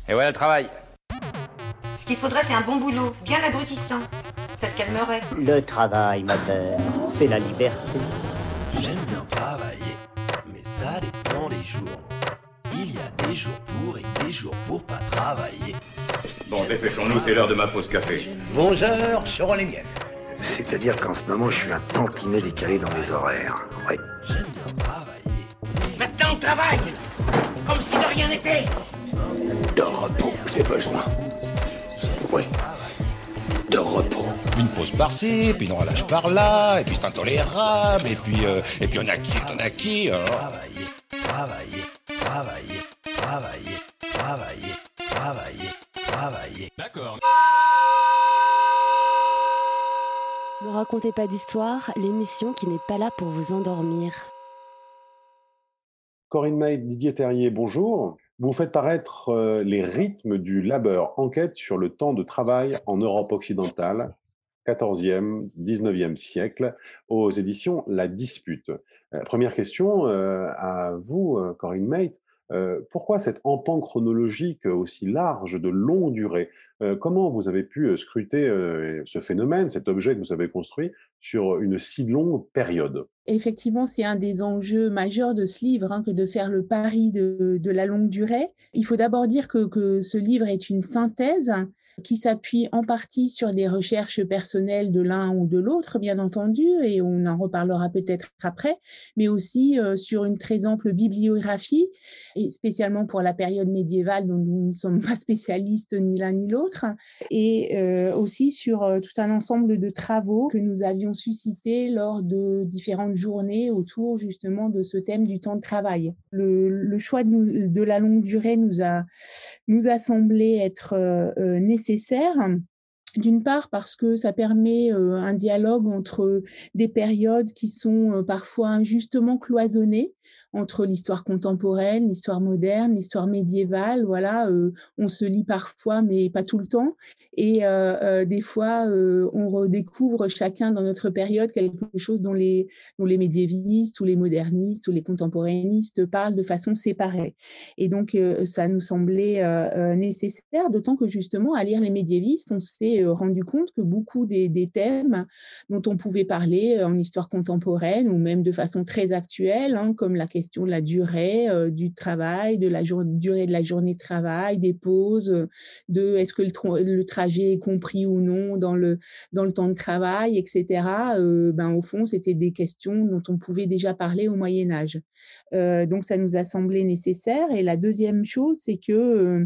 Et voilà le travail. Ce qu'il faudrait, c'est un bon boulot, bien abrutissant. Ça te calmerait. Le travail, ma belle, c'est la liberté. J'aime bien travailler, mais ça dépend des jours. Il y a des jours pour et des jours pour pas travailler. Bon, dépêchons-nous, c'est l'heure de ma pause café. Vos heures seront les miennes. C'est-à-dire qu'en ce moment, je suis un tantinet décalé dans mes horaires. Ouais. J'aime bien travailler. Maintenant, on travaille comme si de rien n'était. De repos, j'ai besoin. Oui. De repos. Une pause par-ci, puis une relâche par-là, et puis c'est intolérable, et puis on a qui, on a qui, alors. Travailler, travailler, travailler, travailler, travailler, travailler, travailler. D'accord. Ne racontez pas d'histoire, l'émission qui n'est pas là pour vous endormir. Corinne May, Didier Terrier, bonjour. Vous faites paraître Les rythmes du labeur, enquête sur le temps de travail en Europe occidentale, 14e, 19e siècle, aux éditions La Dispute. Première question à vous, Corinne May. Pourquoi cet empan chronologique aussi large, de longue durée? Comment vous avez pu scruter ce phénomène, cet objet que vous avez construit, sur une si longue période? Effectivement, c'est un des enjeux majeurs de ce livre, que de faire le pari de la longue durée. Il faut d'abord dire que ce livre est une synthèse qui s'appuie en partie sur des recherches personnelles de l'un ou de l'autre, bien entendu, et on en reparlera peut-être après, mais aussi sur une très ample bibliographie, et spécialement pour la période médiévale dont nous ne sommes pas spécialistes ni l'un ni l'autre, et aussi sur tout un ensemble de travaux que nous avions suscités lors de différentes journées autour justement de ce thème du temps de travail. Le choix de la longue durée nous a semblé être nécessaire. D'une part parce que ça permet un dialogue entre des périodes qui sont parfois injustement cloisonnées entre l'histoire contemporaine, l'histoire moderne, l'histoire médiévale. Voilà, on se lit parfois, mais pas tout le temps. Et des fois, on redécouvre chacun dans notre période quelque chose dont les médiévistes ou les modernistes ou les contemporanistes parlent de façon séparée. Et donc, ça nous semblait nécessaire, d'autant que justement, à lire les médiévistes, on s'est rendu compte que beaucoup des thèmes dont on pouvait parler en histoire contemporaine ou même de façon très actuelle, comme la question de la durée du travail, de la durée de la journée de travail, des pauses, de est-ce que le trajet est compris ou non dans le temps de travail, etc. Au fond, c'était des questions dont on pouvait déjà parler au Moyen-Âge. Donc, ça nous a semblé nécessaire. Et la deuxième chose, c'est que,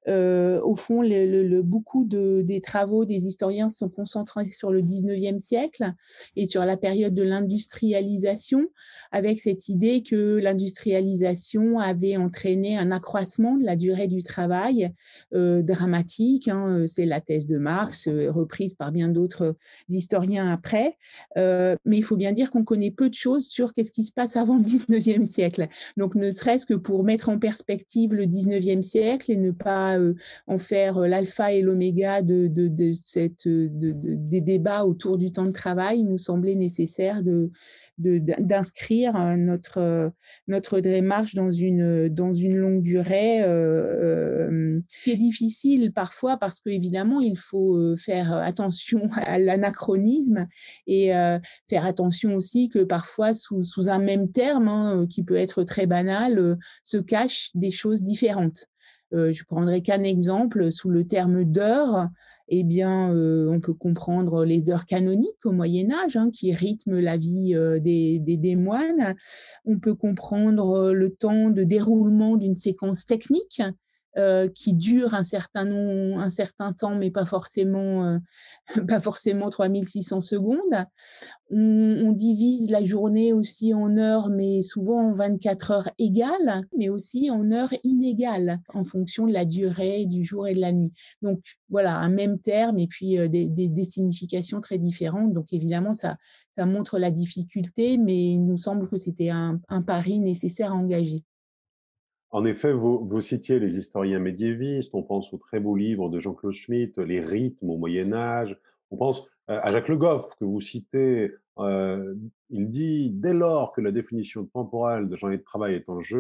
au fond, beaucoup des travaux des historiens sont concentrés sur le 19e siècle et sur la période de l'industrialisation, avec cette idée que l'industrialisation avait entraîné un accroissement de la durée du travail dramatique. C'est la thèse de Marx, reprise par bien d'autres historiens après. Mais il faut bien dire qu'on connaît peu de choses sur qu'est-ce qui se passe avant le 19e siècle. Donc, ne serait-ce que pour mettre en perspective le 19e siècle et ne pas en faire l'alpha et l'oméga des débats autour du temps de travail, il nous semblait nécessaire d'inscrire notre démarche dans une longue durée, qui est difficile parfois parce qu'évidemment, il faut faire attention à l'anachronisme et faire attention aussi que parfois, sous un même terme, qui peut être très banal, se cachent des choses différentes. Je prendrai qu'un exemple, sous le terme d'heure, on peut comprendre les heures canoniques au Moyen-Âge, qui rythment la vie des moines. On peut comprendre le temps de déroulement d'une séquence technique qui dure un certain temps, mais pas forcément 3600 secondes. On divise la journée aussi en heures, mais souvent en 24 heures égales, mais aussi en heures inégales, en fonction de la durée du jour et de la nuit. Donc voilà, un même terme et puis des significations très différentes. Donc évidemment, ça montre la difficulté, mais il nous semble que c'était un pari nécessaire à engager. En effet, vous citiez les historiens médiévistes, on pense au très beau livre de Jean-Claude Schmitt, Les rythmes au Moyen-Âge, on pense à Jacques Le Goff, que vous citez, il dit « Dès lors que la définition temporelle de journée de travail est en jeu,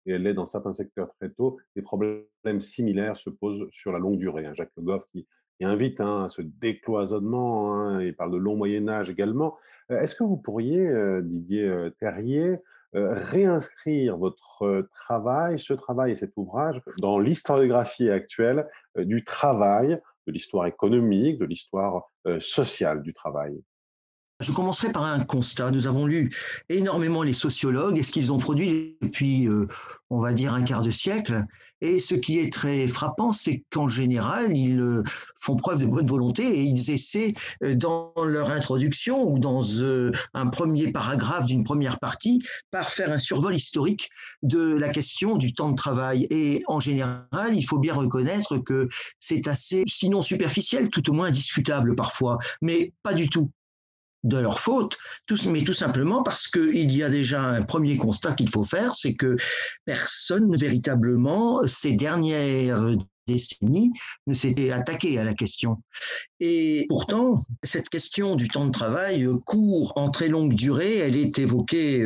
et elle l'est dans certains secteurs très tôt, des problèmes similaires se posent sur la longue durée. Jacques Le Goff qui invite à ce décloisonnement, il parle de long Moyen-Âge également. Est-ce que vous pourriez, Didier Terrier, réinscrire votre travail, ce travail et cet ouvrage dans l'historiographie actuelle du travail, de l'histoire économique, de l'histoire sociale du travail? Je commencerai par un constat. Nous avons lu énormément les sociologues et ce qu'ils ont produit depuis, on va dire, un quart de siècle. Et ce qui est très frappant, c'est qu'en général, ils font preuve de bonne volonté et ils essaient, dans leur introduction ou dans un premier paragraphe d'une première partie, par faire un survol historique de la question du temps de travail. Et en général, il faut bien reconnaître que c'est assez, sinon superficiel, tout au moins discutable parfois, mais pas du tout de leur faute, mais tout simplement parce qu'il y a déjà un premier constat qu'il faut faire, c'est que personne véritablement, ces dernières décennies, ne s'était attaqué à la question. Et pourtant, cette question du temps de travail court en très longue durée, elle est évoquée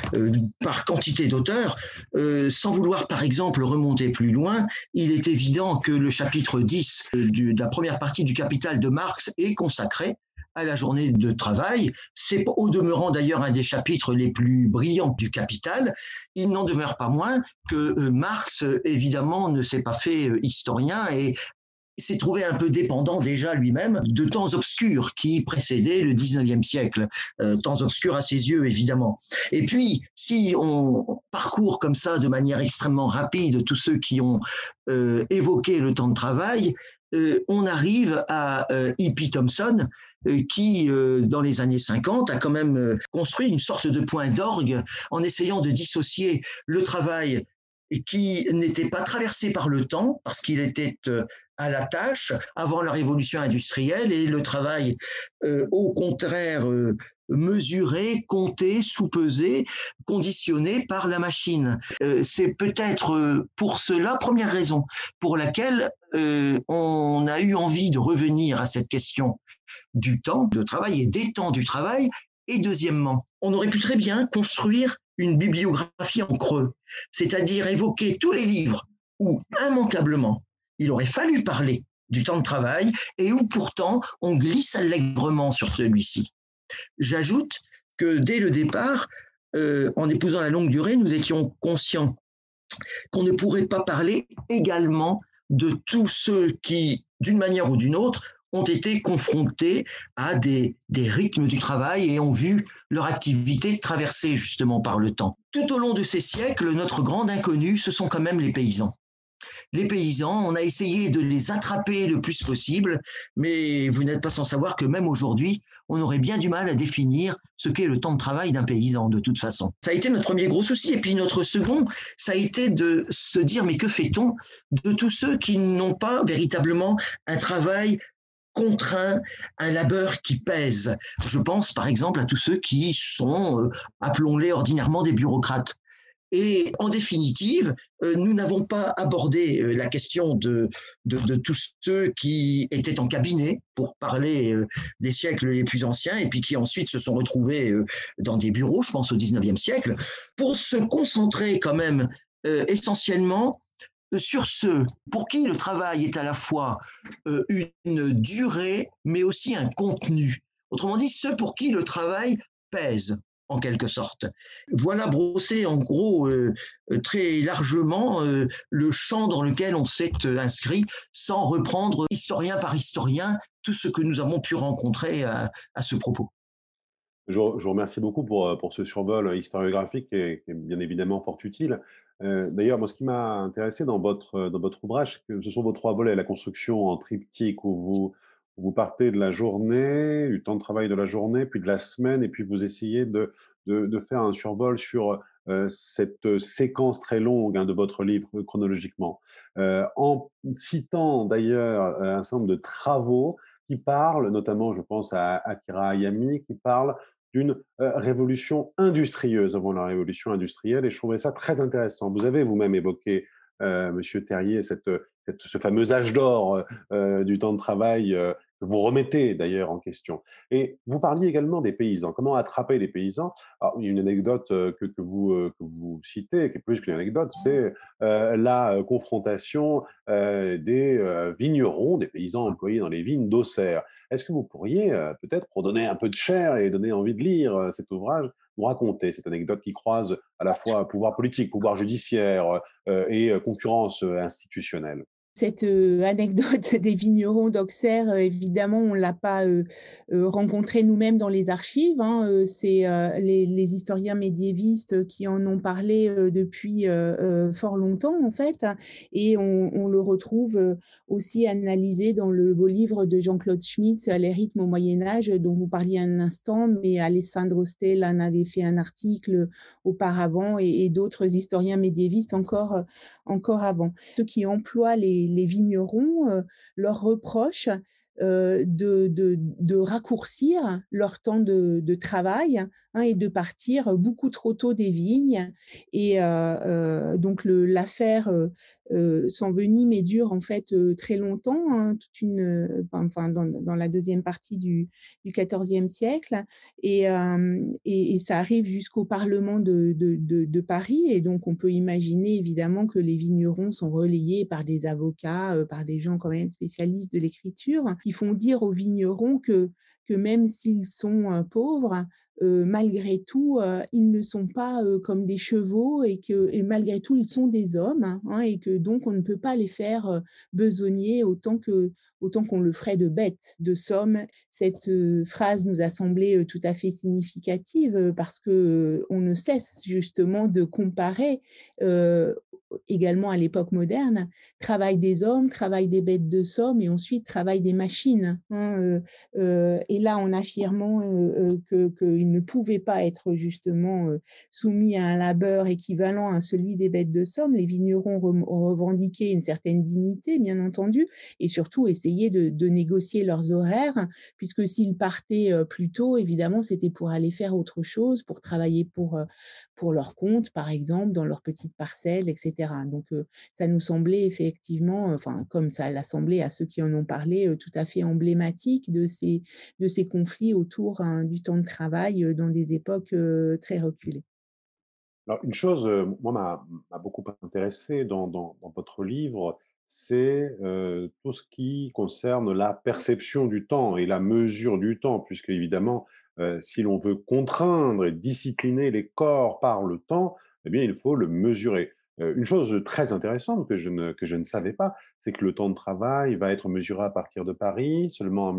par quantité d'auteurs. Sans vouloir, par exemple, remonter plus loin, il est évident que le chapitre 10 de la première partie du Capital de Marx est consacré à la journée de travail. C'est au demeurant d'ailleurs un des chapitres les plus brillants du Capital. Il n'en demeure pas moins que Marx, évidemment, ne s'est pas fait historien et s'est trouvé un peu dépendant déjà lui-même de temps obscurs qui précédaient le 19e siècle, temps obscurs à ses yeux évidemment. Et puis, si on parcourt comme ça de manière extrêmement rapide tous ceux qui ont évoqué le temps de travail, on arrive à E.P. Thompson, qui, dans les années 50, a quand même construit une sorte de point d'orgue en essayant de dissocier le travail qui n'était pas traversé par le temps, parce qu'il était à la tâche avant la révolution industrielle, et le travail, au contraire, mesuré, compté, soupesé, conditionné par la machine. C'est peut-être pour cela, première raison pour laquelle on a eu envie de revenir à cette question du temps de travail et des temps du travail. Et deuxièmement, on aurait pu très bien construire une bibliographie en creux, c'est-à-dire évoquer tous les livres où, immanquablement, il aurait fallu parler du temps de travail et où pourtant on glisse allègrement sur celui-ci. J'ajoute que dès le départ, en épousant la longue durée, nous étions conscients qu'on ne pourrait pas parler également de tous ceux qui, d'une manière ou d'une autre, ont été confrontés à des rythmes du travail et ont vu leur activité traversée justement par le temps. Tout au long de ces siècles, notre grande inconnue, ce sont quand même les paysans. Les paysans, on a essayé de les attraper le plus possible, mais vous n'êtes pas sans savoir que même aujourd'hui, on aurait bien du mal à définir ce qu'est le temps de travail d'un paysan, de toute façon. Ça a été notre premier gros souci. Et puis notre second, ça a été de se dire, mais que fait-on de tous ceux qui n'ont pas véritablement un travail contraint, un labeur qui pèse? Je pense par exemple à tous ceux qui sont, appelons-les ordinairement, des bureaucrates. Et en définitive, nous n'avons pas abordé la question de tous ceux qui étaient en cabinet, pour parler des siècles les plus anciens, et puis qui ensuite se sont retrouvés dans des bureaux, je pense au 19e siècle, pour se concentrer quand même essentiellement sur ceux pour qui le travail est à la fois une durée, mais aussi un contenu. Autrement dit, ceux pour qui le travail pèse, en quelque sorte. Voilà brossé en gros très largement le champ dans lequel on s'est inscrit, sans reprendre historien par historien tout ce que nous avons pu rencontrer à ce propos. Je vous remercie beaucoup pour ce survol historiographique qui est bien évidemment fort utile. D'ailleurs, moi, ce qui m'a intéressé dans votre ouvrage, c'est que ce sont vos trois volets, la construction en triptyque, où vous partez de la journée, du temps de travail de la journée, puis de la semaine, et puis vous essayez de faire un survol sur cette séquence très longue de votre livre chronologiquement, en citant d'ailleurs un certain nombre de travaux qui parlent, notamment je pense à Akira Hayami, qui parle d'une révolution industrieuse avant la révolution industrielle, et je trouvais ça très intéressant. Vous avez vous-même évoqué, Monsieur Terrier, ce fameux âge d'or du temps de travail vous remettez d'ailleurs en question. Et vous parliez également des paysans. Comment attraper les paysans? Alors, il y a une anecdote que vous citez, qui est plus qu'une anecdote, c'est la confrontation des vignerons, des paysans employés dans les vignes d'Auxerre. Est-ce que vous pourriez, peut-être, pour donner un peu de chair et donner envie de lire cet ouvrage, nous raconter cette anecdote qui croise à la fois pouvoir politique, pouvoir judiciaire et concurrence institutionnelle? Cette anecdote des vignerons d'Auxerre, évidemment, on ne l'a pas rencontrée nous-mêmes dans les archives, hein. C'est les historiens médiévistes qui en ont parlé depuis fort longtemps, en fait. Et on le retrouve aussi analysé dans le beau livre de Jean-Claude Schmitz, Les rythmes au Moyen-Âge, dont vous parliez un instant, mais Alessandro Stella en avait fait un article auparavant et d'autres historiens médiévistes encore avant. Ceux qui emploient les vignerons leur reprochent de raccourcir leur temps de travail, hein, et de partir beaucoup trop tôt des vignes. Et donc l'affaire s'envenime et dure en fait très longtemps, hein, dans la deuxième partie du XIVe siècle. Et ça arrive jusqu'au Parlement de Paris. Et donc on peut imaginer évidemment que les vignerons sont relayés par des avocats, par des gens quand même spécialistes de l'écriture, qui font dire aux vignerons que même s'ils sont pauvres, malgré tout, ils ne sont pas comme des chevaux, et malgré tout, ils sont des hommes, hein, et que donc on ne peut pas les faire besogner autant qu'on le ferait de bêtes, de sommes. Cette phrase nous a semblé tout à fait significative, parce qu'on ne cesse justement de comparer également à l'époque moderne, travail des hommes, travail des bêtes de somme, et ensuite travail des machines, hein, et là, en affirmant qu'ils ne pouvaient pas être justement soumis à un labeur équivalent à celui des bêtes de somme, les vignerons revendiquaient une certaine dignité, bien entendu, et surtout essayaient de négocier leurs horaires, puisque s'ils partaient plus tôt, évidemment, c'était pour aller faire autre chose, pour travailler pour leur compte, par exemple, dans leurs petites parcelles, etc. Donc, ça nous semblait effectivement, enfin, comme ça l'a semblé à ceux qui en ont parlé, tout à fait emblématique de ces conflits autour, hein, du temps de travail dans des époques très reculées. Alors, une chose, moi, m'a beaucoup intéressé dans votre livre, c'est tout ce qui concerne la perception du temps et la mesure du temps, puisque évidemment, si l'on veut contraindre et discipliner les corps par le temps, eh bien, il faut le mesurer. Une chose très intéressante que je ne savais pas, c'est que le temps de travail va être mesuré à partir de Paris, seulement en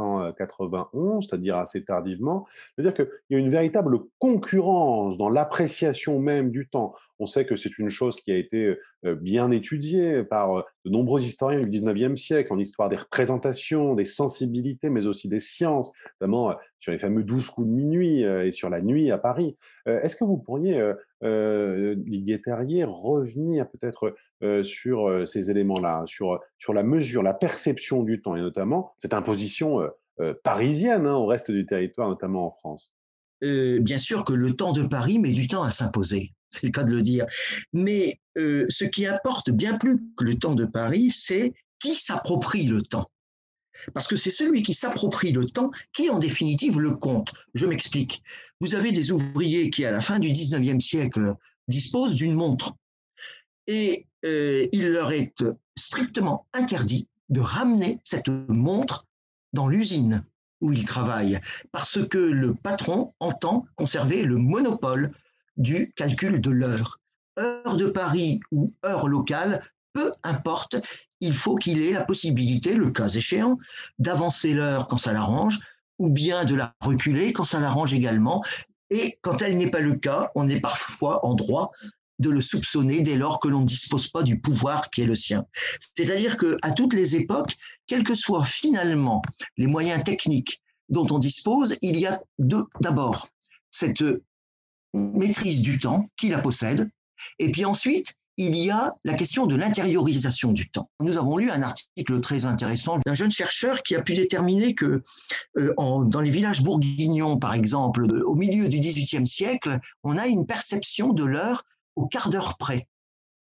1891, c'est-à-dire assez tardivement. C'est-à-dire qu'il y a une véritable concurrence dans l'appréciation même du temps. On sait que c'est une chose qui a été bien étudiée par de nombreux historiens du XIXe siècle en histoire des représentations, des sensibilités, mais aussi des sciences, notamment sur les fameux 12 coups de minuit et sur la nuit à Paris. Est-ce que vous pourriez, Didier Terrier, revenir peut-être sur ces éléments-là, sur la mesure, la perception du temps, et notamment cette imposition parisienne, hein, au reste du territoire, notamment en France? Bien sûr que le temps de Paris met du temps à s'imposer, c'est le cas de le dire. Mais ce qui importe bien plus que le temps de Paris, c'est qui s'approprie le temps. Parce que c'est celui qui s'approprie le temps qui, en définitive, le compte. Je m'explique. Vous avez des ouvriers qui, à la fin du 19e siècle, disposent d'une montre. Et il leur est strictement interdit de ramener cette montre dans l'usine où ils travaillent, parce que le patron entend conserver le monopole du calcul de l'heure. Heure de Paris ou heure locale, peu importe, il faut qu'il ait la possibilité, le cas échéant, d'avancer l'heure quand ça l'arrange, ou bien de la reculer quand ça l'arrange également. Et quand elle n'est pas le cas, on est parfois en droit de le soupçonner dès lors que l'on ne dispose pas du pouvoir qui est le sien. C'est-à-dire qu'à toutes les époques, quels que soient finalement les moyens techniques dont on dispose, il y a d'abord cette maîtrise du temps qui la possède, et puis ensuite, il y a la question de l'intériorisation du temps. Nous avons lu un article très intéressant d'un jeune chercheur qui a pu déterminer que dans les villages bourguignons, par exemple, au milieu du XVIIIe siècle, on a une perception de l'heure au quart d'heure près.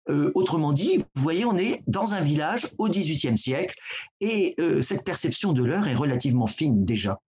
Autrement dit, vous voyez, on est dans un village au XVIIIe siècle et cette perception de l'heure est relativement fine déjà.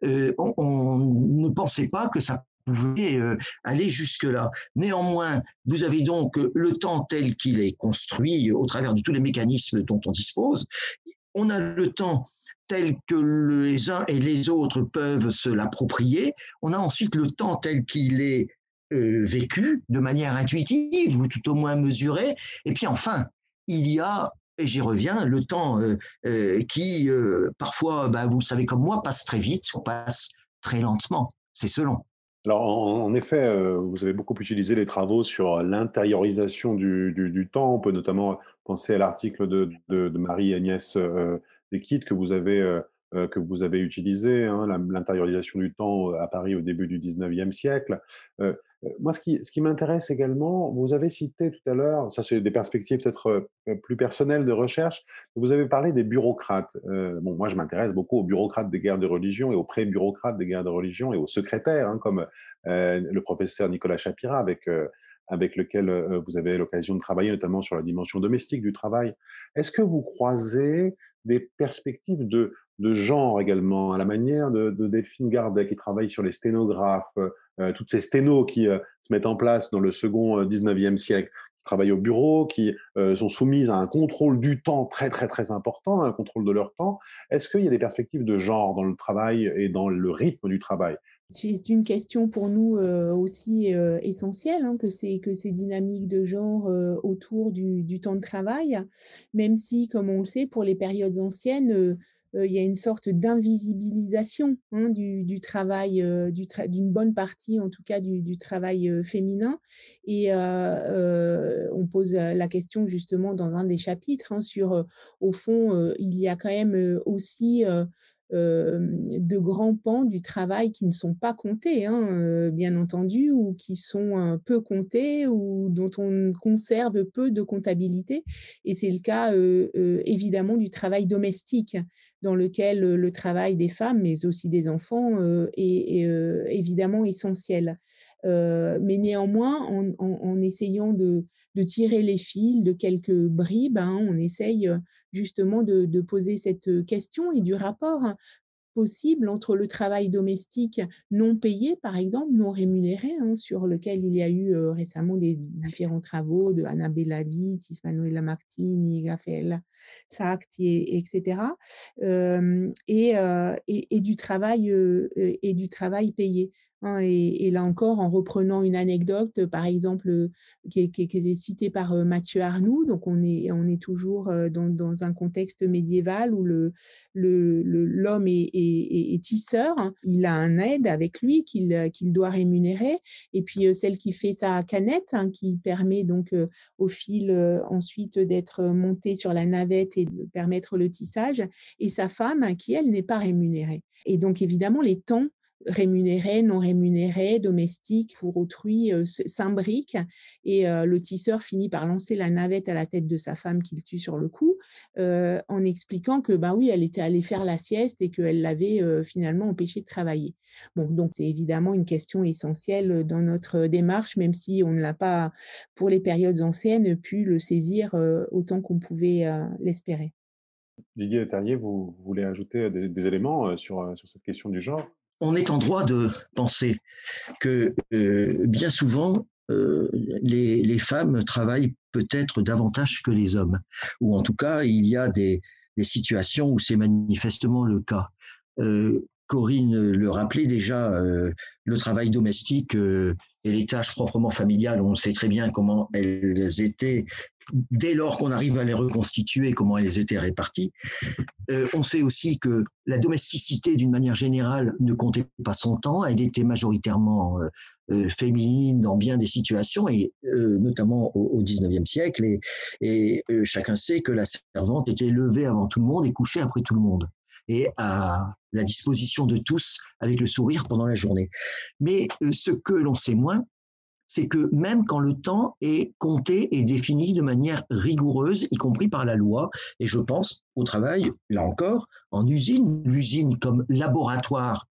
On ne pensait pas que ça pouvait aller jusque-là. Néanmoins, vous avez donc le temps tel qu'il est construit au travers de tous les mécanismes dont on dispose. On a le temps tel que les uns et les autres peuvent se l'approprier. On a ensuite le temps tel qu'il est vécu de manière intuitive ou tout au moins mesurée. Et puis enfin, il y a, et j'y reviens, le temps qui parfois, vous le savez comme moi, passe très vite, on passe très lentement. C'est selon. Alors, en effet, vous avez beaucoup utilisé les travaux sur l'intériorisation du temps. On peut notamment penser à l'article de Marie-Agnès Desquites que vous avez utilisé, hein, l'intériorisation du temps à Paris au début du 19e siècle. Moi, ce qui m'intéresse également, vous avez cité tout à l'heure, ça c'est des perspectives peut-être plus personnelles de recherche, vous avez parlé des bureaucrates. Moi je m'intéresse beaucoup aux bureaucrates des guerres de religion et aux pré-bureaucrates des guerres de religion et aux secrétaires, hein, comme le professeur Nicolas Chapira, avec lequel vous avez l'occasion de travailler, notamment sur la dimension domestique du travail. Est-ce que vous croisez des perspectives de genre également, à la manière de Delphine Gardet, qui travaille sur les sténographes, toutes ces sténos qui se mettent en place dans le second 19e siècle, qui travaillent au bureau, qui sont soumises à un contrôle du temps très, très, très important, un contrôle de leur temps. Est-ce qu'il y a des perspectives de genre dans le travail et dans le rythme du travail ? C'est une question pour nous aussi essentielle, hein, que ces dynamiques de genre autour du temps de travail, même si, comme on le sait, pour les périodes anciennes, il y a une sorte d'invisibilisation, hein, du travail, d'une bonne partie, en tout cas, du travail féminin. Et on pose la question justement dans un des chapitres, hein, sur, au fond, il y a quand même aussi de grands pans du travail qui ne sont pas comptés, hein, bien entendu, ou qui sont peu comptés, ou dont on conserve peu de comptabilité. Et c'est le cas évidemment du travail domestique, dans lequel le travail des femmes, mais aussi des enfants, est évidemment essentiel. Mais néanmoins, en essayant de tirer les fils de quelques bribes, hein, on essaye justement de poser cette question et du rapport possible entre le travail domestique non payé, par exemple, non rémunéré, hein, sur lequel il y a eu récemment des différents travaux de Annabella Litz, Manuela Martini, Raphaël Sacti, etc. Et du travail payé. Hein, et là encore, en reprenant une anecdote, par exemple, qui est citée par Mathieu Arnoux, donc on est toujours dans un contexte médiéval où l'homme est tisseur, hein. Il a un aide avec lui qu'il doit rémunérer, et puis celle qui fait sa canette, hein, qui permet donc au fil ensuite d'être monté sur la navette et de permettre le tissage, et sa femme, hein, qui elle n'est pas rémunérée. Et donc évidemment les temps rémunérés, non rémunérés, domestiques pour autrui s'imbriquent, et le tisseur finit par lancer la navette à la tête de sa femme qu'il tue sur le coup, en expliquant que oui, elle était allée faire la sieste et qu'elle l'avait finalement empêché de travailler. Bon, donc c'est évidemment une question essentielle dans notre démarche, même si on ne l'a pas, pour les périodes anciennes, pu le saisir autant qu'on pouvait l'espérer. Didier Leterrier, vous voulez ajouter des éléments sur cette question du genre ? On est en droit de penser que bien souvent, les femmes travaillent peut-être davantage que les hommes, ou en tout cas, il y a des situations où c'est manifestement le cas. Corinne le rappelait déjà, le travail domestique et les tâches proprement familiales, on sait très bien comment elles étaient, dès lors qu'on arrive à les reconstituer, comment elles étaient réparties. On sait aussi que la domesticité, d'une manière générale, ne comptait pas son temps, elle était majoritairement féminine dans bien des situations, et notamment au XIXe siècle, et chacun sait que la servante était levée avant tout le monde et couchée après tout le monde, et à la disposition de tous avec le sourire pendant la journée. Mais ce que l'on sait moins, c'est que même quand le temps est compté et défini de manière rigoureuse, y compris par la loi, et je pense au travail, là encore, en usine, l'usine comme laboratoire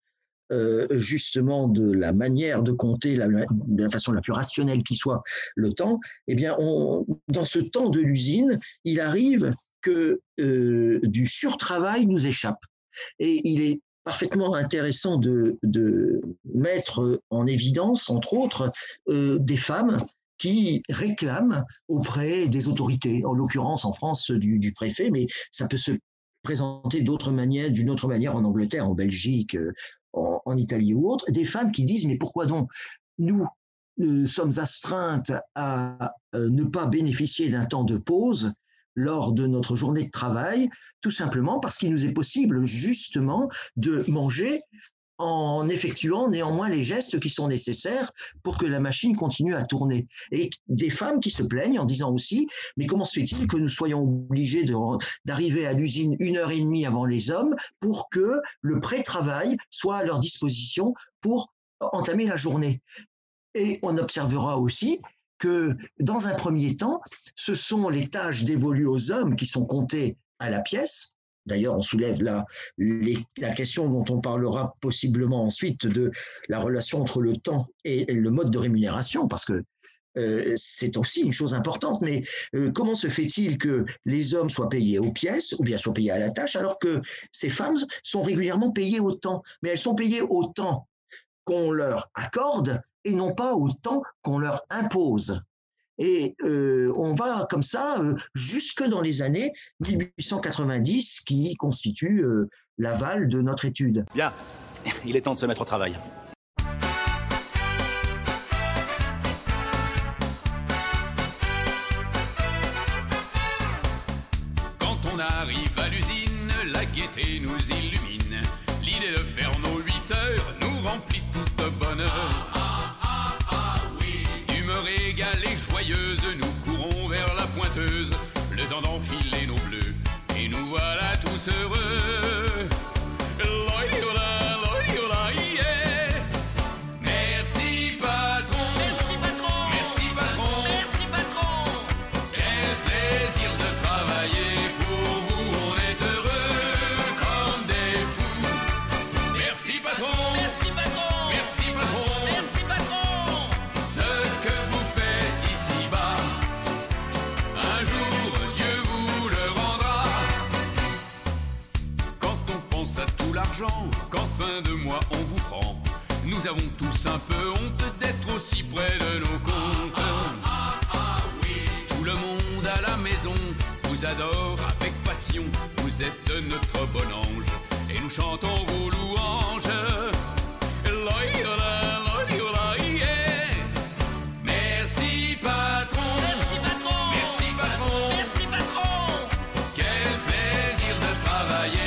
justement de la manière de compter de la façon la plus rationnelle qui soit le temps, eh bien, dans ce temps de l'usine, il arrive que du surtravail nous échappe. Et il est parfaitement intéressant de mettre en évidence, entre autres, des femmes qui réclament auprès des autorités, en l'occurrence en France du préfet, mais ça peut se présenter d'une autre manière en Angleterre, en Belgique, en Italie ou autre, des femmes qui disent mais pourquoi donc nous sommes astreintes à ne pas bénéficier d'un temps de pause lors de notre journée de travail, tout simplement parce qu'il nous est possible justement de manger en effectuant néanmoins les gestes qui sont nécessaires pour que la machine continue à tourner. Et des femmes qui se plaignent en disant aussi, mais comment se fait-il que nous soyons obligés d'arriver à l'usine 1h30 avant les hommes pour que le pré-travail soit à leur disposition pour entamer la journée. Et on observera aussi que dans un premier temps, ce sont les tâches dévolues aux hommes qui sont comptées à la pièce. D'ailleurs, on soulève la question dont on parlera possiblement ensuite de la relation entre le temps et le mode de rémunération, parce que c'est aussi une chose importante. Mais comment se fait-il que les hommes soient payés aux pièces ou bien soient payés à la tâche, alors que ces femmes sont régulièrement payées au temps? Mais elles sont payées au temps qu'on leur accorde et non pas au temps qu'on leur impose. Et on va comme ça jusque dans les années 1890 qui constituent l'aval de notre étude. Bien, il est temps de se mettre au travail. Quand on arrive à l'usine, la gaieté nous illumine. L'idée de faire nos 8 heures nous remplit tous de bonheur. Égale et joyeuse, nous courons vers la pointeuse, le temps d'enfiler nos bleus, et nous voilà tous heureux. Loyola, loyola, yeah. Merci patron, merci patron, merci patron, merci patron. Quel plaisir de travailler pour vous, on est heureux comme des fous. Merci patron, merci patron, merci patron, merci patron. Ce que vous qu'en fin de mois on vous prend. Nous avons tous un peu honte d'être aussi près de nos comptes. Oui. Tout le monde à la maison vous adore avec passion. Vous êtes notre bon ange et nous chantons vos louanges. Loyola, loyola, yeah. Merci patron, merci patron, merci patron, merci patron. Quel plaisir de travailler.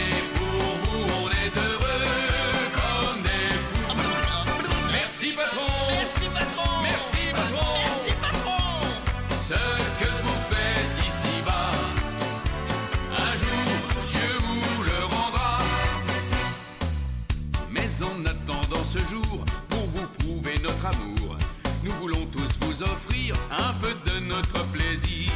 Ce jour, pour vous prouver notre amour, nous voulons tous vous offrir un peu de notre plaisir.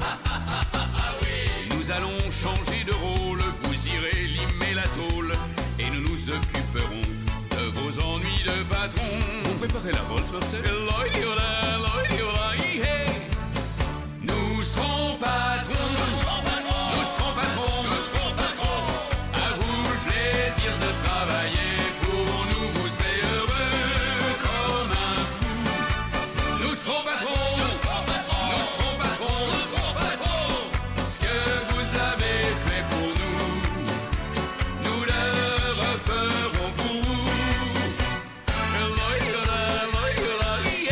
Nous allons changer de rôle, vous irez limer la tôle, et nous nous occuperons de vos ennuis de patron. Vous préparez la valse, Marcel? Loyola, loyola, yeah. Nous serons patrons, nous serons patrons, nous serons patrons, nous serons patrons. À vous le plaisir de travailler. Nous serons patrons, nous serons patrons, nous serons patrons. Ce que vous avez fait pour nous, nous le referons pour vous. Loyola, loyola,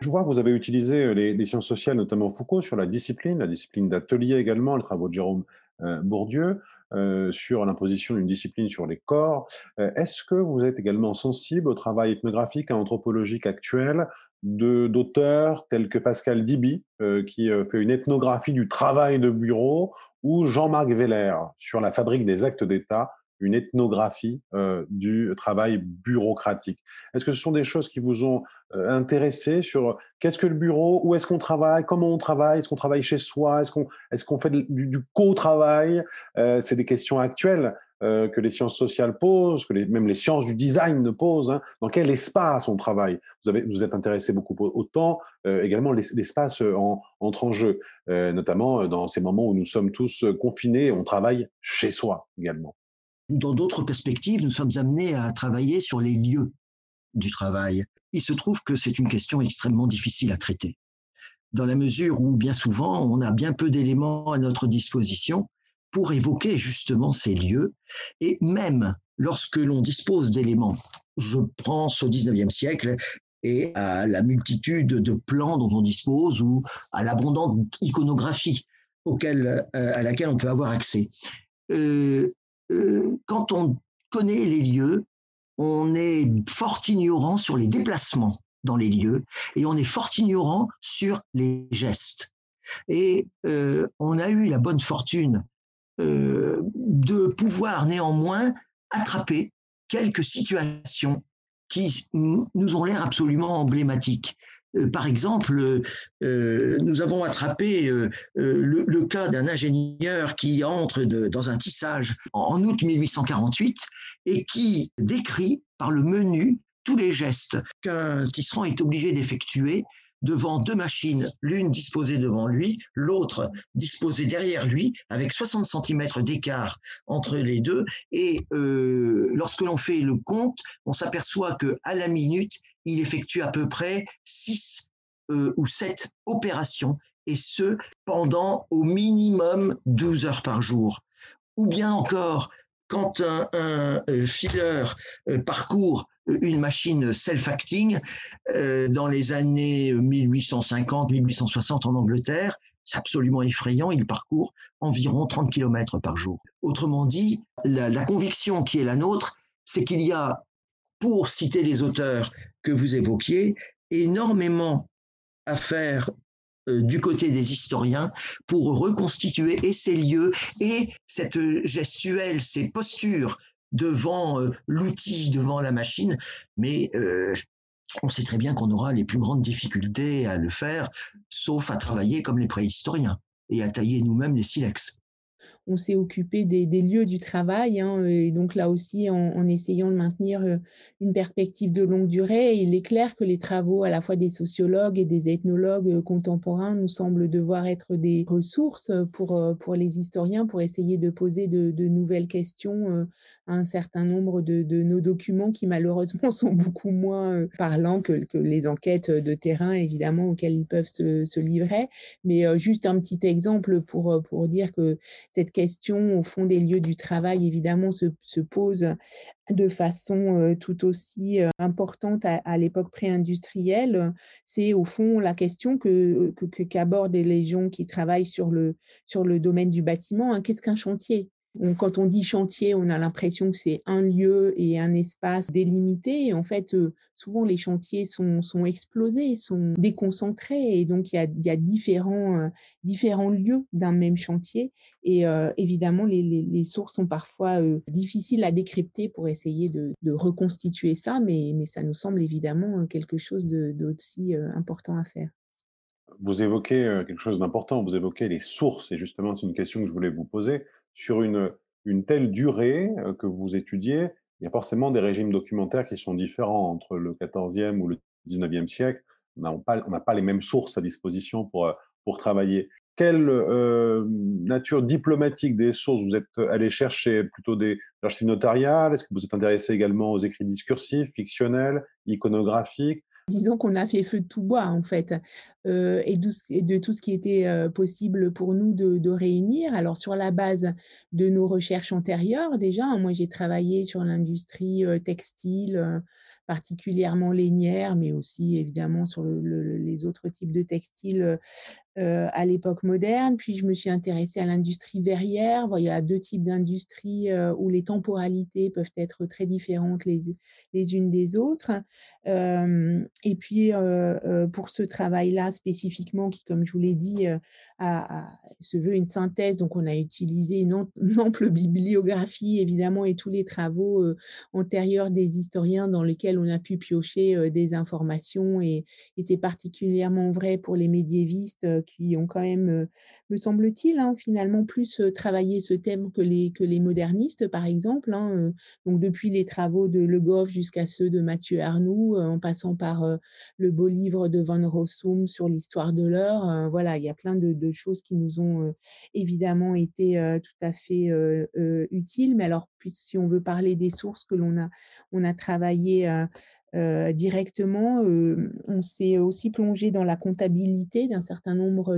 Je vois que vous avez utilisé les sciences sociales, notamment Foucault, sur la discipline d'atelier également, les travaux de Jérôme Bourdieu, sur l'imposition d'une discipline sur les corps. Est-ce que vous êtes également sensible au travail ethnographique et anthropologique actuel d'auteurs tels que Pascal Diby, qui fait une ethnographie du travail de bureau, ou Jean-Marc Weller sur la fabrique des actes d'État, une ethnographie du travail bureaucratique. Est-ce que ce sont des choses qui vous ont intéressé sur qu'est-ce que le bureau, où est-ce qu'on travaille, comment on travaille, est-ce qu'on travaille chez soi, est-ce qu'on fait du co-travail? C'est des questions actuelles que les sciences sociales posent, même les sciences du design posent. Hein. Dans quel espace on travaille? Vous êtes intéressé beaucoup au temps, également l'espace entre en jeu, notamment dans ces moments où nous sommes tous confinés, on travaille chez soi également. Dans d'autres perspectives, nous sommes amenés à travailler sur les lieux du travail. Il se trouve que c'est une question extrêmement difficile à traiter, dans la mesure où bien souvent, on a bien peu d'éléments à notre disposition pour évoquer justement ces lieux. Et même lorsque l'on dispose d'éléments, je pense au XIXe siècle et à la multitude de plans dont on dispose ou à l'abondante iconographie à laquelle on peut avoir accès. Quand on connaît les lieux, on est fort ignorant sur les déplacements dans les lieux et on est fort ignorant sur les gestes. Et on a eu la bonne fortune de pouvoir néanmoins attraper quelques situations qui nous ont l'air absolument emblématiques. Par exemple, nous avons attrapé le cas d'un ingénieur qui entre dans un tissage en août 1848 et qui décrit par le menu tous les gestes qu'un tisserand est obligé d'effectuer devant deux machines, l'une disposée devant lui, l'autre disposée derrière lui, avec 60 cm d'écart entre les deux. Et lorsque l'on fait le compte, on s'aperçoit qu'à la minute, il effectue à peu près 6 ou 7 opérations, et ce, pendant au minimum 12 heures par jour. Ou bien encore, quand un fileur parcourt une machine self-acting dans les années 1850-1860 en Angleterre, c'est absolument effrayant, il parcourt environ 30 km par jour. Autrement dit, la conviction qui est la nôtre, c'est qu'il y a, pour citer les auteurs que vous évoquiez, énormément à faire du côté des historiens pour reconstituer et ces lieux et cette gestuelle, ces postures devant l'outil, devant la machine, mais on sait très bien qu'on aura les plus grandes difficultés à le faire, sauf à travailler comme les préhistoriens et à tailler nous-mêmes les silex. On s'est occupé des lieux du travail, hein, et donc là aussi en essayant de maintenir une perspective de longue durée. Il est clair que les travaux à la fois des sociologues et des ethnologues contemporains nous semblent devoir être des ressources pour les historiens, pour essayer de poser de nouvelles questions à un certain nombre de nos documents qui malheureusement sont beaucoup moins parlants que les enquêtes de terrain évidemment auxquelles ils peuvent se livrer. Mais juste un petit exemple pour dire que cette question, au fond, des lieux du travail, évidemment, se pose de façon tout aussi importante à l'époque pré-industrielle. C'est, au fond, la question qu'abordent les gens qui travaillent sur le domaine du bâtiment. Hein. Qu'est-ce qu'un chantier ? Quand on dit chantier, on a l'impression que c'est un lieu et un espace délimité. Et en fait, souvent, les chantiers sont explosés, sont déconcentrés. Et donc, il y a différents lieux d'un même chantier. Et évidemment, les sources sont parfois difficiles à décrypter pour essayer de reconstituer ça. Mais ça nous semble évidemment quelque chose d'aussi important à faire. Vous évoquez quelque chose d'important. Vous évoquez les sources. Et justement, c'est une question que je voulais vous poser. Sur une telle durée que vous étudiez, il y a forcément des régimes documentaires qui sont différents entre le XIVe ou le XIXe siècle. On n'a pas les mêmes sources à disposition pour travailler. Quelle nature diplomatique des sources vous êtes allé chercher? Plutôt des archives notariales? Est-ce que vous êtes intéressé également aux écrits discursifs, fictionnels, iconographiques? Disons qu'on a fait feu de tout bois, en fait. et de tout ce qui était possible pour nous de réunir. Alors sur la base de nos recherches antérieures déjà, hein, moi j'ai travaillé sur l'industrie textile, particulièrement lainière, mais aussi évidemment sur les autres types de textiles à l'époque moderne. Puis je me suis intéressée à l'industrie verrière. Bon, il y a 2 types d'industries où les temporalités peuvent être très différentes les unes des autres. Et puis pour ce travail-là spécifiquement, qui, comme je vous l'ai dit, se veut une synthèse, donc on a utilisé une ample bibliographie évidemment et tous les travaux antérieurs des historiens dans lesquels on a pu piocher des informations, et c'est particulièrement vrai pour les médiévistes qui ont quand même, me semble-t-il, hein, finalement plus travaillé ce thème que les modernistes, par exemple, hein, donc depuis les travaux de Le Goff jusqu'à ceux de Mathieu Arnoux, en passant par le beau livre de Van Rossum sur l'histoire de l'heure. Voilà, il y a plein de choses qui nous ont évidemment été tout à fait utiles. Mais alors, puis, si on veut parler des sources que on a travaillé directement, on s'est aussi plongé dans la comptabilité d'un certain nombre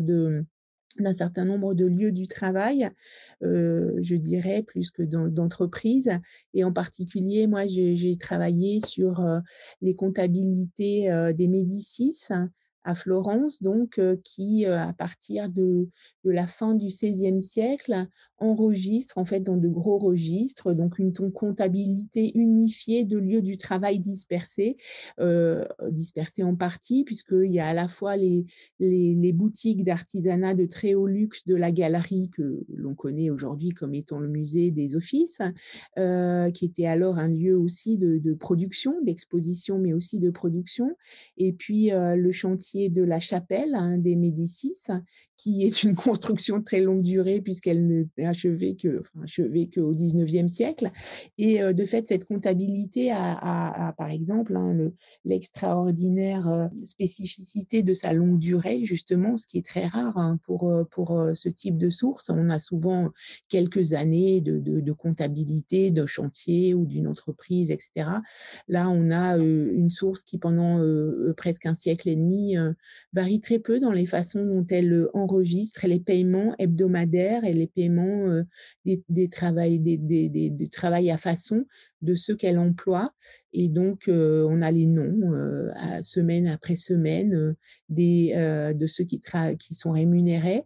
de lieux du travail, je dirais plus que d'entreprises. Et en particulier, moi, j'ai travaillé sur les comptabilités des Médicis à Florence, donc qui, à partir de la fin du XVIe siècle, enregistrent en fait dans de gros registres, donc une comptabilité unifiée de lieux du travail dispersés en partie, puisqu'il y a à la fois les boutiques d'artisanat de très haut luxe de la galerie que l'on connaît aujourd'hui comme étant le musée des Offices, qui était alors un lieu aussi de production, d'exposition, mais aussi de production. Et puis le chantier de la chapelle, hein, des Médicis, qui est une construction de très longue durée puisqu'elle n'est achevée qu'au XIXe siècle. Et de fait, cette comptabilité a par exemple, hein, l'extraordinaire spécificité de sa longue durée, justement, ce qui est très rare, hein, pour ce type de source. On a souvent quelques années de comptabilité d'un chantier ou d'une entreprise, etc. Là, on a une source qui, pendant presque un siècle et demi, varie très peu dans les façons dont elle enregistre les paiements hebdomadaires et les paiements du travail à façon de ceux qu'elle emploie. Et donc, on a les noms, semaine après semaine, de ceux qui sont rémunérés,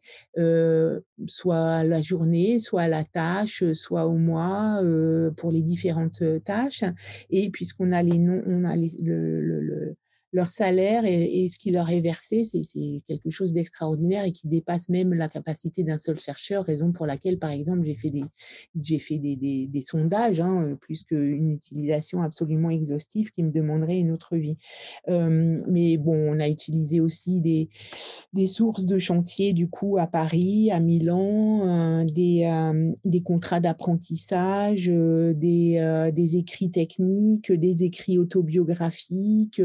soit à la journée, soit à la tâche, soit au mois, pour les différentes tâches. Et puisqu'on a les noms, on a leur salaire et ce qui leur est versé, c'est quelque chose d'extraordinaire et qui dépasse même la capacité d'un seul chercheur, raison pour laquelle, par exemple, j'ai fait des sondages, hein, plus qu'une utilisation absolument exhaustive qui me demanderait une autre vie. Mais bon, on a utilisé aussi des sources de chantier, du coup, à Paris, à Milan, des contrats d'apprentissage, des écrits techniques, des écrits autobiographiques,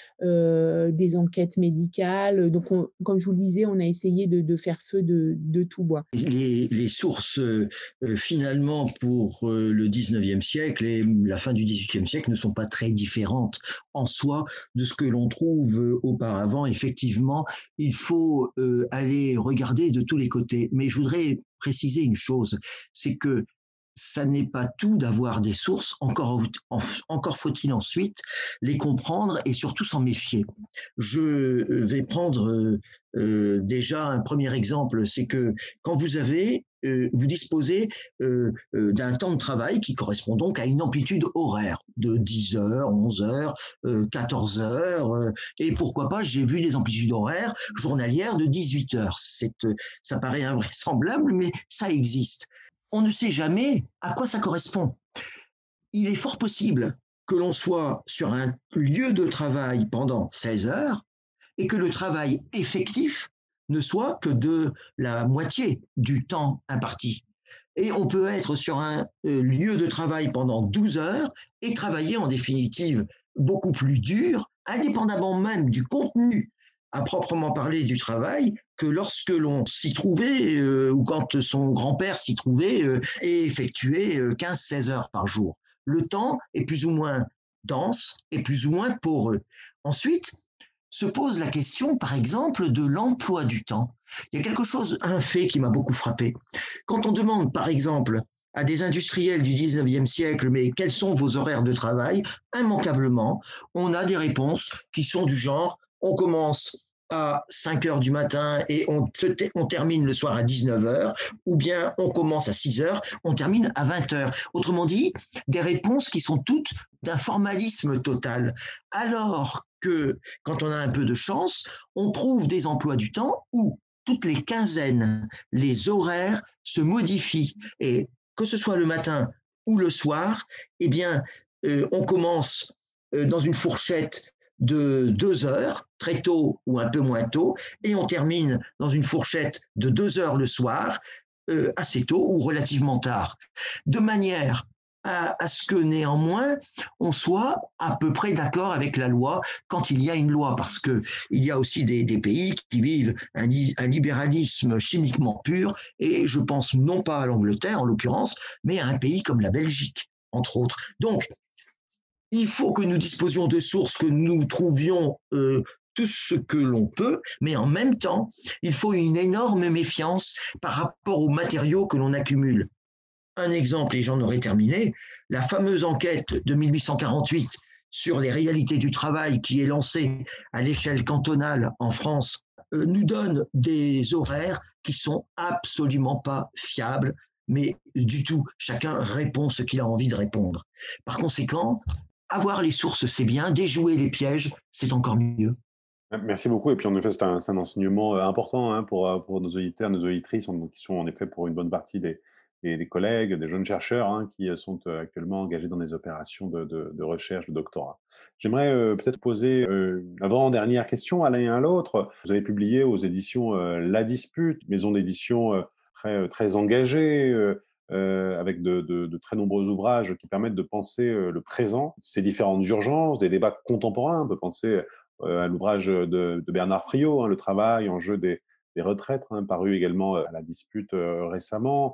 des enquêtes médicales. Donc, comme je vous le disais, on a essayé de faire feu de tout bois. Les sources, finalement, pour le 19e siècle et la fin du 18e siècle ne sont pas très différentes en soi de ce que l'on trouve auparavant. Effectivement, il faut aller regarder de tous les côtés. Mais je voudrais préciser une chose, c'est que ça n'est pas tout d'avoir des sources, encore faut-il ensuite les comprendre et surtout s'en méfier. Je vais prendre déjà un premier exemple, c'est que quand vous disposez d'un temps de travail qui correspond donc à une amplitude horaire de 10 heures, 11 heures, 14 heures, et pourquoi pas, j'ai vu des amplitudes horaires journalières de 18 heures. Ça paraît invraisemblable, mais ça existe. On ne sait jamais à quoi ça correspond. Il est fort possible que l'on soit sur un lieu de travail pendant 16 heures et que le travail effectif ne soit que de la moitié du temps imparti. Et on peut être sur un lieu de travail pendant 12 heures et travailler en définitive beaucoup plus dur, indépendamment même du contenu à proprement parler du travail, que lorsque l'on s'y trouvait, ou quand son grand-père s'y trouvait, et effectuait 15-16 heures par jour. Le temps est plus ou moins dense et plus ou moins poreux. Ensuite, se pose la question, par exemple, de l'emploi du temps. Il y a un fait qui m'a beaucoup frappé. Quand on demande, par exemple, à des industriels du 19e siècle, mais quels sont vos horaires de travail? Immanquablement, on a des réponses qui sont du genre, on commence à 5 heures du matin et on termine le soir à 19 heures, ou bien on commence à 6 heures, on termine à 20 heures. Autrement dit, des réponses qui sont toutes d'un formalisme total. Alors que, quand on a un peu de chance, on trouve des emplois du temps où, toutes les quinzaines, les horaires se modifient. Et que ce soit le matin ou le soir, eh bien, on commence dans une fourchette de 2 heures, très tôt ou un peu moins tôt, et on termine dans une fourchette de 2 heures le soir, assez tôt ou relativement tard, de manière à ce que néanmoins on soit à peu près d'accord avec la loi quand il y a une loi, parce qu'il y a aussi des pays qui vivent un libéralisme chimiquement pur, et je pense non pas à l'Angleterre en l'occurrence, mais à un pays comme la Belgique, entre autres. Donc, il faut que nous disposions de sources, que nous trouvions tout ce que l'on peut, mais en même temps, il faut une énorme méfiance par rapport aux matériaux que l'on accumule. Un exemple, et j'en aurai terminé, la fameuse enquête de 1848 sur les réalités du travail qui est lancée à l'échelle cantonale en France nous donne des horaires qui sont absolument pas fiables, mais du tout. Chacun répond ce qu'il a envie de répondre. Par conséquent, avoir les sources, c'est bien, déjouer les pièges, c'est encore mieux. Merci beaucoup. Et puis, en effet, c'est un enseignement important pour nos auditeurs, nos auditrices, qui sont en effet pour une bonne partie des collègues, des jeunes chercheurs qui sont actuellement engagés dans des opérations de recherche, de doctorat. J'aimerais peut-être poser avant-dernière question à l'un et à l'autre. Vous avez publié aux éditions La Dispute, maison d'édition très engagée, avec de très nombreux ouvrages qui permettent de penser le présent, ces différentes urgences, des débats contemporains. On peut penser à l'ouvrage de Bernard Friot, Le travail, enjeu des retraites, paru également à La Dispute récemment.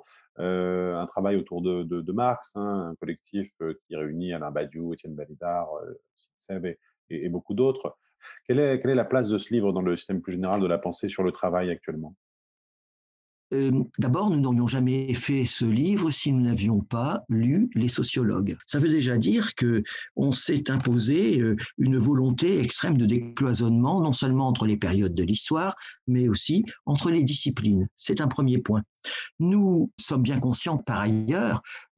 Un travail autour de Marx, un collectif qui réunit Alain Badiou, Étienne Balibar, Seb et beaucoup d'autres. Quelle est la place de ce livre dans le système plus général de la pensée sur le travail actuellement? D'abord, nous n'aurions jamais fait ce livre si nous n'avions pas lu les sociologues. Ça veut déjà dire qu'on s'est imposé une volonté extrême de décloisonnement, non seulement entre les périodes de l'histoire, mais aussi entre les disciplines. C'est un premier point. Nous sommes bien conscients par ailleurs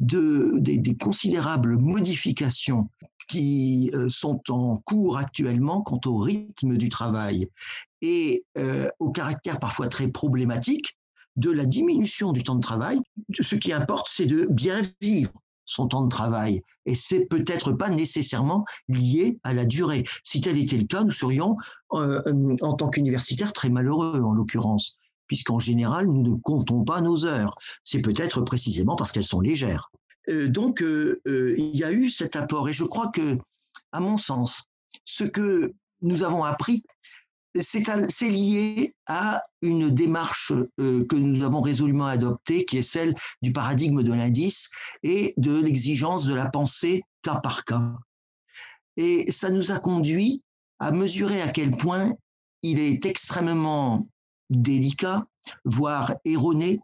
des considérables modifications qui sont en cours actuellement quant au rythme du travail et au caractère parfois très problématique de la diminution du temps de travail. Ce qui importe, c'est de bien vivre son temps de travail. Et c'est peut-être pas nécessairement lié à la durée. Si tel était le cas, nous serions, en tant qu'universitaires, très malheureux, en l'occurrence, puisqu'en général, nous ne comptons pas nos heures. C'est peut-être précisément parce qu'elles sont légères. Donc, il y a eu cet apport. Et je crois que, à mon sens, ce que nous avons appris, c'est lié à une démarche que nous avons résolument adoptée, qui est celle du paradigme de l'indice et de l'exigence de la pensée cas par cas. Et ça nous a conduit à mesurer à quel point il est extrêmement délicat, voire erroné,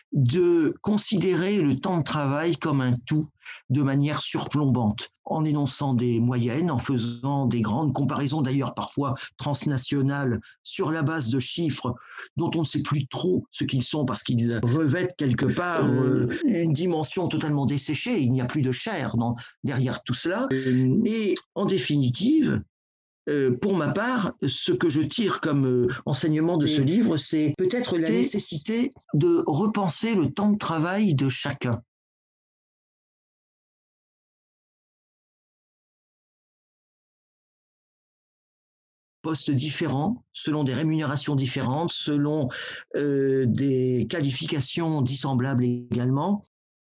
de considérer le temps de travail comme un tout de manière surplombante, en énonçant des moyennes, en faisant des grandes comparaisons, d'ailleurs parfois transnationales, sur la base de chiffres dont on ne sait plus trop ce qu'ils sont, parce qu'ils revêtent quelque part une dimension totalement desséchée, il n'y a plus de chair derrière tout cela. Et en définitive, pour ma part, ce que je tire comme enseignement de ce livre, c'est peut-être la nécessité de repenser le temps de travail de chacun. Postes différents, selon des rémunérations différentes, selon des qualifications dissemblables également.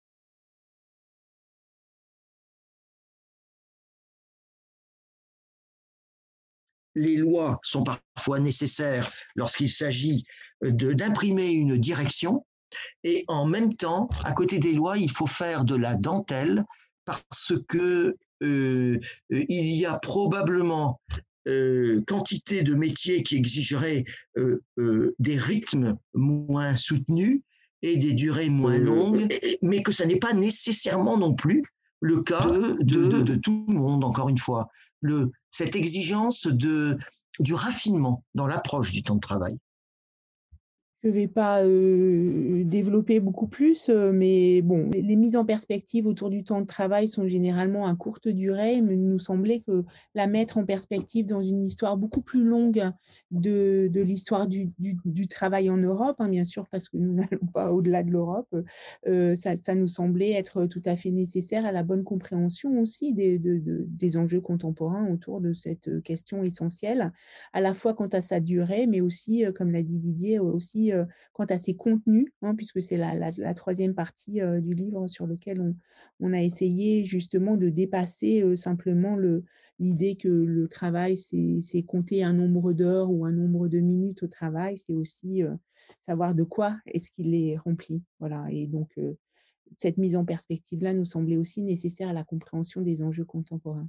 Les lois sont parfois nécessaires lorsqu'il s'agit d'imprimer une direction, et en même temps, à côté des lois, il faut faire de la dentelle, parce que il y a probablement quantité de métiers qui exigeraient des rythmes moins soutenus et des durées moins longues, mais que ça n'est pas nécessairement non plus le cas de tout le monde, encore une fois. Cette exigence du raffinement dans l'approche du temps de travail. Je ne vais pas développer beaucoup plus, mais bon, les mises en perspective autour du temps de travail sont généralement à courte durée, mais il nous semblait que la mettre en perspective dans une histoire beaucoup plus longue de l'histoire du travail en Europe, hein, bien sûr, parce que nous n'allons pas au-delà de l'Europe, ça nous semblait être tout à fait nécessaire à la bonne compréhension aussi des enjeux contemporains autour de cette question essentielle, à la fois quant à sa durée, mais aussi, comme l'a dit Didier, aussi quant à ses contenus, hein, puisque c'est la troisième partie du livre sur lequel on a essayé justement de dépasser simplement l'idée que le travail, c'est compter un nombre d'heures ou un nombre de minutes au travail, c'est aussi savoir de quoi est-ce qu'il est rempli. Voilà. Et donc, cette mise en perspective-là nous semblait aussi nécessaire à la compréhension des enjeux contemporains.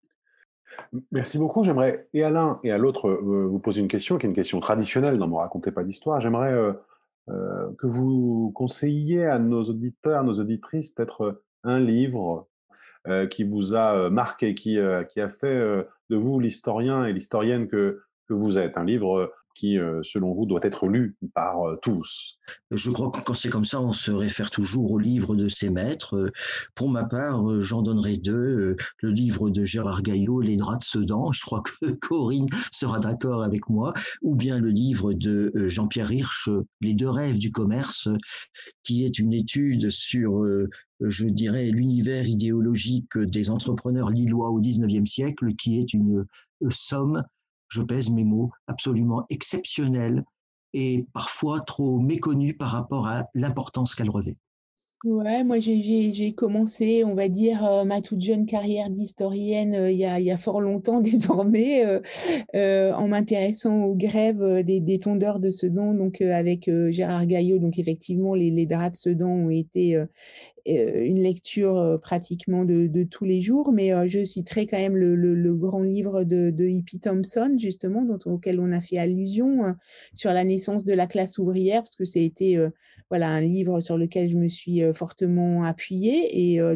Merci beaucoup. J'aimerais, et à l'un et à l'autre, vous poser une question qui est une question traditionnelle dans Me racontez pas d'histoire. J'aimerais que vous conseilliez à nos auditeurs, nos auditrices, peut-être un livre qui vous a marqué, qui a fait de vous l'historien et l'historienne que vous êtes. Un livre qui, selon vous, doit être lu par tous. Je crois que quand c'est comme ça, on se réfère toujours au livre de ses maîtres. Pour ma part, j'en donnerai deux. Le livre de Gérard Gaillot, Les draps de Sedan, je crois que Corinne sera d'accord avec moi, ou bien le livre de Jean-Pierre Hirsch, Les deux rêves du commerce, qui est une étude sur, je dirais, l'univers idéologique des entrepreneurs lillois au XIXe siècle, qui est une somme, je pèse mes mots, absolument exceptionnelle et parfois trop méconnue par rapport à l'importance qu'elle revêt. Ouais, moi j'ai commencé, on va dire, ma toute jeune carrière d'historienne, il y a fort longtemps désormais, en m'intéressant aux grèves, des tondeurs de Sedan, donc avec Gérard Gaillot. Donc effectivement, les draps de Sedan ont été une lecture pratiquement de tous les jours, mais je citerai quand même le grand livre de E.P. Thompson, justement, auquel on a fait allusion, sur la naissance de la classe ouvrière, parce que c'était voilà, un livre sur lequel je me suis fortement appuyée. Et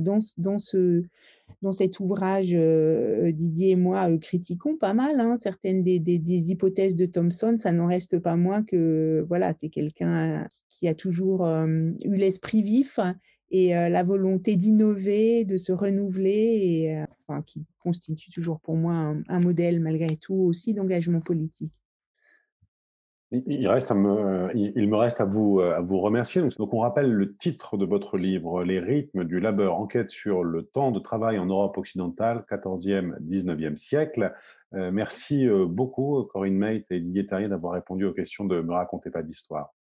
dans cet ouvrage, Didier et moi critiquons pas mal certaines des hypothèses de Thompson. Ça n'en reste pas moins que voilà, c'est quelqu'un qui a toujours eu l'esprit vif et la volonté d'innover, de se renouveler, et enfin, qui constitue toujours pour moi un modèle malgré tout aussi d'engagement politique. Il me reste à vous remercier. Donc, on rappelle le titre de votre livre, Les rythmes du labeur, enquête sur le temps de travail en Europe occidentale, 14e, 19e siècle. Merci beaucoup, Corinne Mate et Didier Terrier, d'avoir répondu aux questions de Me racontez pas d'histoire.